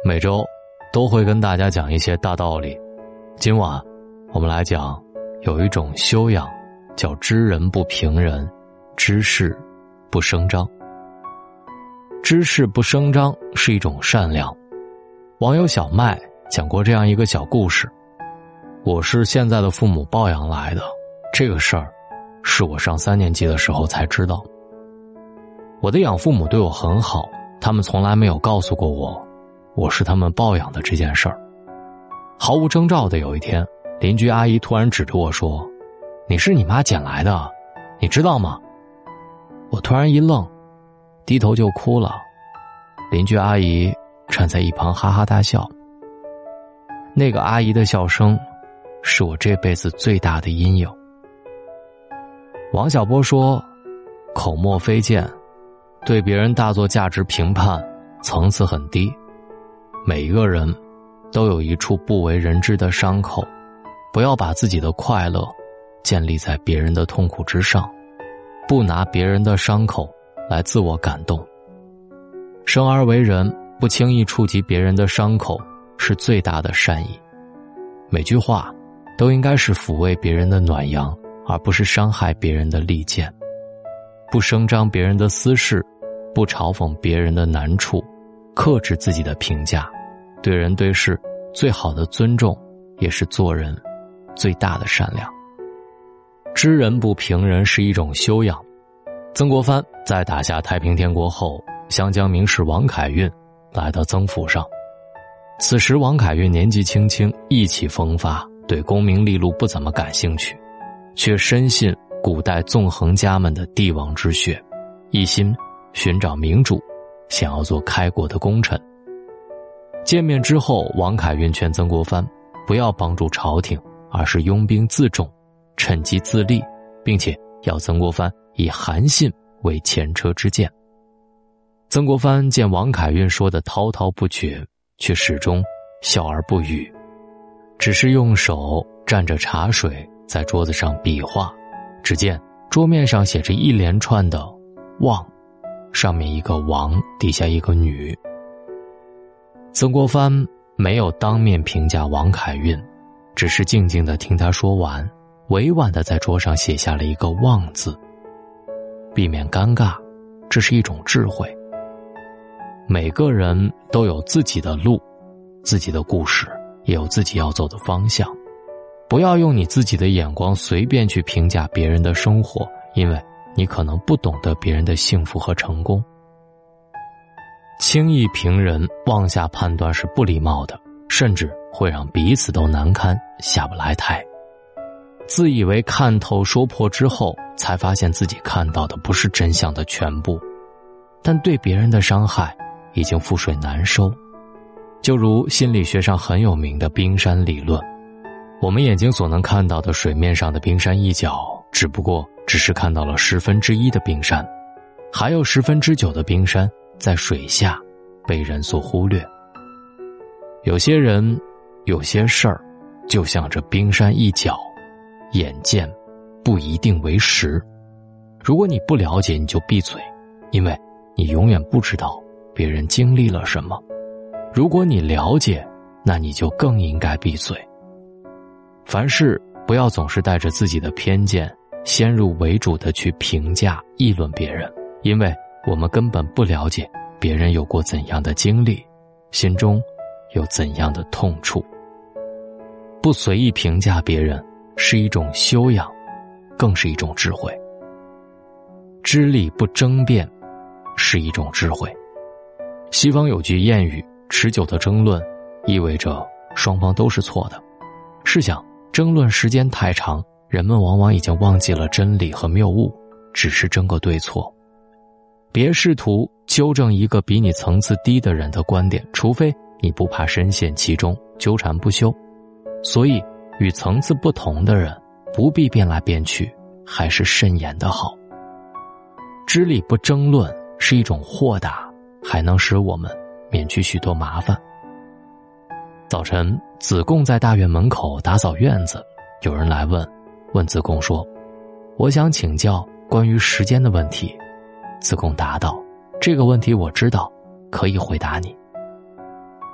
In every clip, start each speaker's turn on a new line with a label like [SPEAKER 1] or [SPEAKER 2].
[SPEAKER 1] 每周都会跟大家讲一些大道理。今晚我们来讲有一种修养叫知人不评人，知事不声张。知事不声张是一种善良。网友小麦讲过这样一个小故事：我是现在的父母抱养来的，这个事儿是我上3年级的时候才知道。我的养父母对我很好，他们从来没有告诉过我是他们抱养的这件事儿。毫无征兆的有一天，邻居阿姨突然指着我说：“你是你妈捡来的，你知道吗？”我突然一愣，低头就哭了。邻居阿姨站在一旁哈哈大笑。那个阿姨的笑声是我这辈子最大的阴影。王小波说：“口沫飞溅，对别人大做价值评判，层次很低。每一个人都有一处不为人知的伤口，不要把自己的快乐建立在别人的痛苦之上，不拿别人的伤口来自我感动。生而为人，不轻易触及别人的伤口是最大的善意。每句话都应该是抚慰别人的暖阳，而不是伤害别人的利剑。不声张别人的私事，不嘲讽别人的难处，克制自己的评价，对人对事最好的尊重，也是做人最大的善良。知人不评人是一种修养。曾国藩在打下太平天国后，湘江名士王凯运来到曾府上。此时王凯运年纪轻轻，意气风发，对功名利禄不怎么感兴趣，却深信古代纵横家们的帝王之血，一心寻找明主，想要做开国的功臣。见面之后，王凯运劝曾国藩不要帮助朝廷，而是拥兵自重，趁机自立，并且要曾国藩以韩信为前车之鉴。曾国藩见王凯运说的滔滔不绝，却始终笑而不语，只是用手蘸着茶水在桌子上比划。只见桌面上写着一连串的望，上面一个王，底下一个女。曾国藩没有当面评价王凯运，只是静静地听他说完，委婉地在桌上写下了一个望字。避免尴尬，这是一种智慧。每个人都有自己的路，自己的故事，也有自己要走的方向。不要用你自己的眼光随便去评价别人的生活，因为你可能不懂得别人的幸福和成功。轻易评人，妄下判断是不礼貌的，甚至会让彼此都难堪，下不来台。自以为看透说破之后，才发现自己看到的不是真相的全部，但对别人的伤害已经覆水难收。就如心理学上很有名的冰山理论，我们眼睛所能看到的水面上的冰山一角，只是看到了1/10的冰山，还有9%的冰山在水下被人所忽略。有些人，有些事儿，就像这冰山一角，眼见不一定为实。如果你不了解，你就闭嘴，因为你永远不知道别人经历了什么。如果你了解，那你就更应该闭嘴。凡事不要总是带着自己的偏见，先入为主的去评价议论别人，因为我们根本不了解别人有过怎样的经历，心中有怎样的痛处。不随意评价别人是一种修养，更是一种智慧。知理不争辩是一种智慧。西方有句谚语，持久的争论意味着双方都是错的。试想，争论时间太长，人们往往已经忘记了真理和谬误，只是争个对错。别试图纠正一个比你层次低的人的观点，除非你不怕深陷其中，纠缠不休。所以与层次不同的人不必辩来辩去，还是慎言的好。知理不争论是一种豁达，还能使我们免去许多麻烦。早晨，子贡在大院门口打扫院子，有人来问子贡说：“我想请教关于时间的问题。”子贡答道：“这个问题我知道，可以回答你。”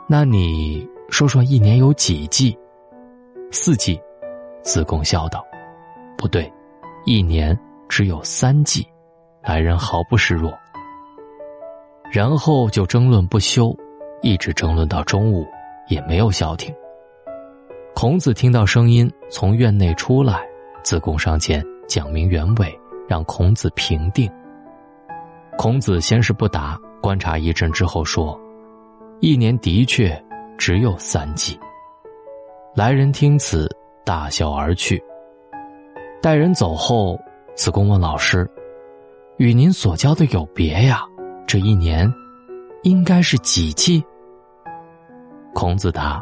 [SPEAKER 1] 那你说说一年有几季？4季。子贡笑道：不对，一年只有3季。来人毫不示弱。然后就争论不休，一直争论到中午，也没有消停。孔子听到声音从院内出来，子贡上前讲明原委，让孔子评定。孔子先是不答，观察一阵之后说：一年的确只有3季。来人听此，大笑而去。待人走后，子贡问老师：与您所教的有别呀，这一年应该是几季？孔子答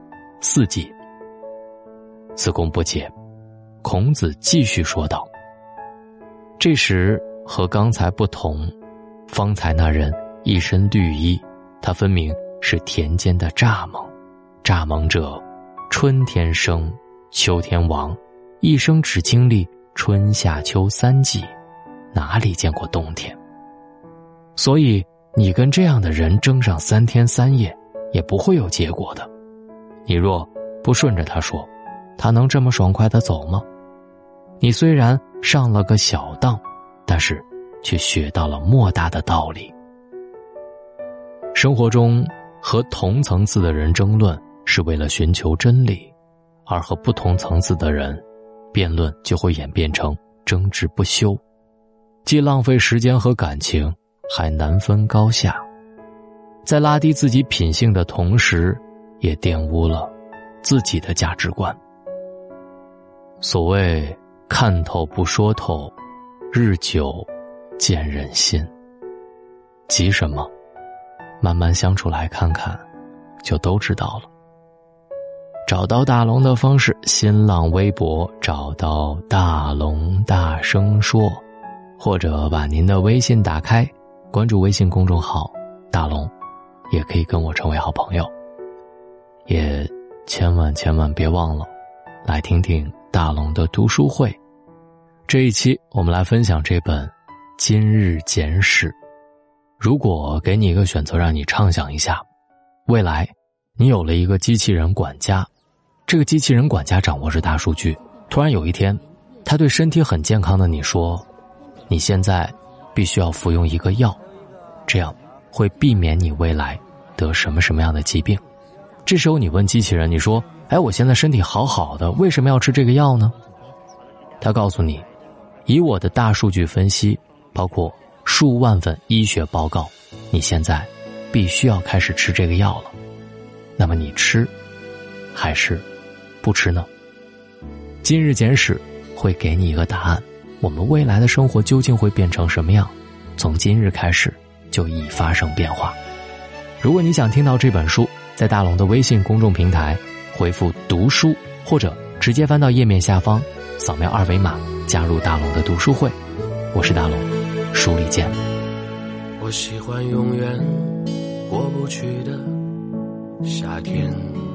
[SPEAKER 1] ：4季。子贡不解，孔子继续说道：这时和刚才不同，方才那人一身绿衣，他分明是田间的蚱蜢。蚱蜢者，春天生，秋天亡，一生只经历春夏秋3季，哪里见过冬天？所以你跟这样的人争上3天3夜，也不会有结果的。你若不顺着他说，他能这么爽快地走吗？你虽然上了个小当，但是却学到了莫大的道理。生活中和同层次的人争论是为了寻求真理，而和不同层次的人辩论就会演变成争执不休，既浪费时间和感情，还难分高下，在拉低自己品性的同时，也玷污了自己的价值观。所谓看透不说透，日久见人心。急什么？慢慢相处来看看，就都知道了。找到大龙的方式：新浪微博找到大龙大声说，或者把您的微信打开，关注微信公众号大龙，也可以跟我成为好朋友。也千万别忘了来听听大龙的读书会。这一期我们来分享这本《今日简史》。如果给你一个选择，让你畅想一下，未来你有了一个机器人管家，这个机器人管家掌握着大数据，突然有一天他对身体很健康的你说，你现在必须要服用一个药，这样会避免你未来得什么样的疾病。这时候你问机器人，你说，我现在身体好好的，为什么要吃这个药呢？他告诉你，以我的大数据分析，包括数万份医学报告，你现在必须要开始吃这个药了。那么你吃还是不吃呢？今日简史会给你一个答案，我们未来的生活究竟会变成什么样，从今日开始就已发生变化。如果你想听到这本书，在大龙的微信公众平台回复读书，或者直接翻到页面下方扫描2维码加入大龙的读书会。我是大龙，书里见。
[SPEAKER 2] 我喜欢永远过不去的夏天，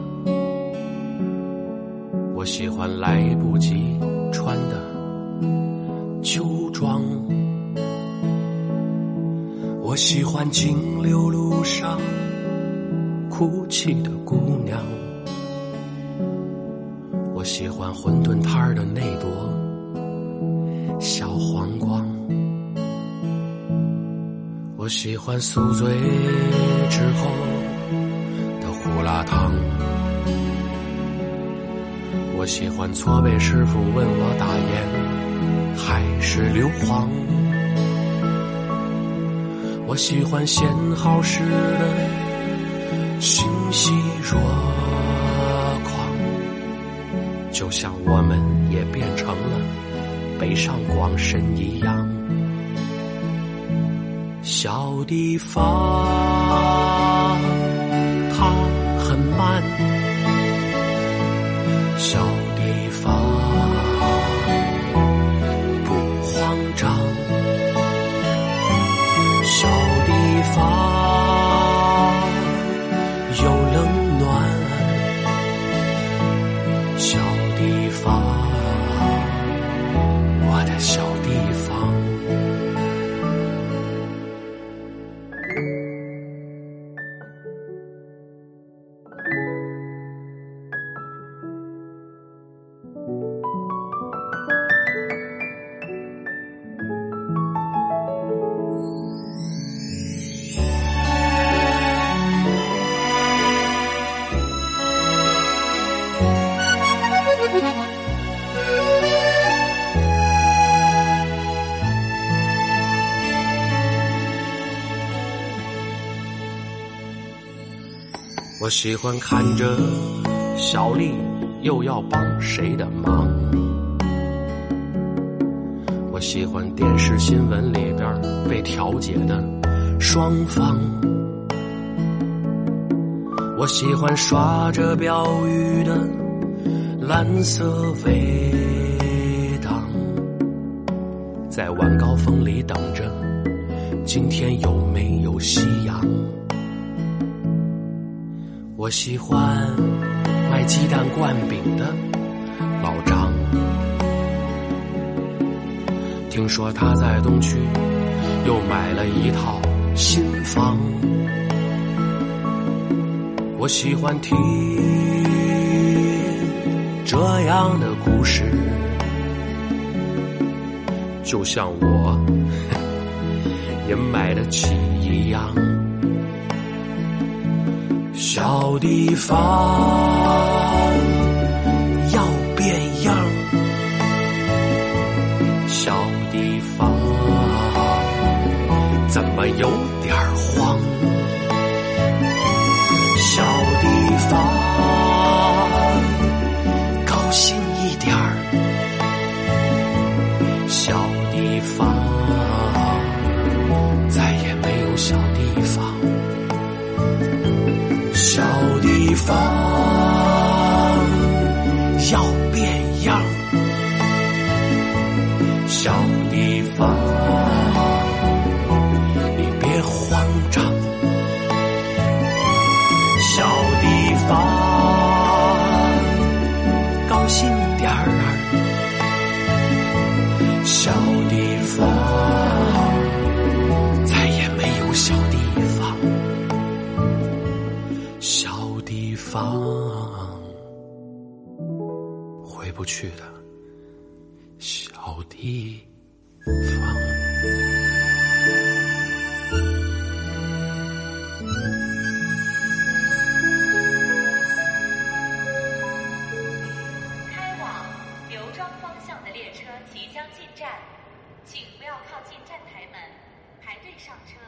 [SPEAKER 2] 我喜欢来不及穿的秋装，我喜欢金流路上哭泣的姑娘，我喜欢馄饨摊的那朵小黄瓜，我喜欢宿醉之后的胡辣汤，我喜欢搓背师傅问我打盐还是硫磺，我喜欢限好时的欣喜若狂，就像我们也变成了北上广深一样。小地方它很慢，小地方不慌张，小地方有冷暖，小地方，我的小地方。 . 。 。 。。。。。。。。。。。。。。。。。。。。。。。。。。。。。。。。。。。。。。。。。。。。。。。。。。。。。。。。。。。。。。。。。。。。。。。。。。。。。。。。。。。。。。。。。。。。。。。。。。。。。。。。。。。。。。。。。。。。。。。。。。。。。。。 我喜欢看着小丽又要帮谁的忙，我喜欢电视新闻里边被调解的双方，我喜欢刷着标语的蓝色围挡，在晚高峰里等着今天有没有夕阳。我喜欢卖鸡蛋灌饼的老张，听说他在东区又买了一套新房。我喜欢听这样的故事，就像我也买得起一样。小地方要变样，小地方怎么有点慌，小地方高兴一点儿，小地方再也没有小地方，小地方要变样，小地方你别慌张，小地方高兴点儿，小地方再也没有小地方，小地方回不去的小地方。
[SPEAKER 3] 开往刘庄方向的列车即将进站，请不要靠近站台门，排队上车。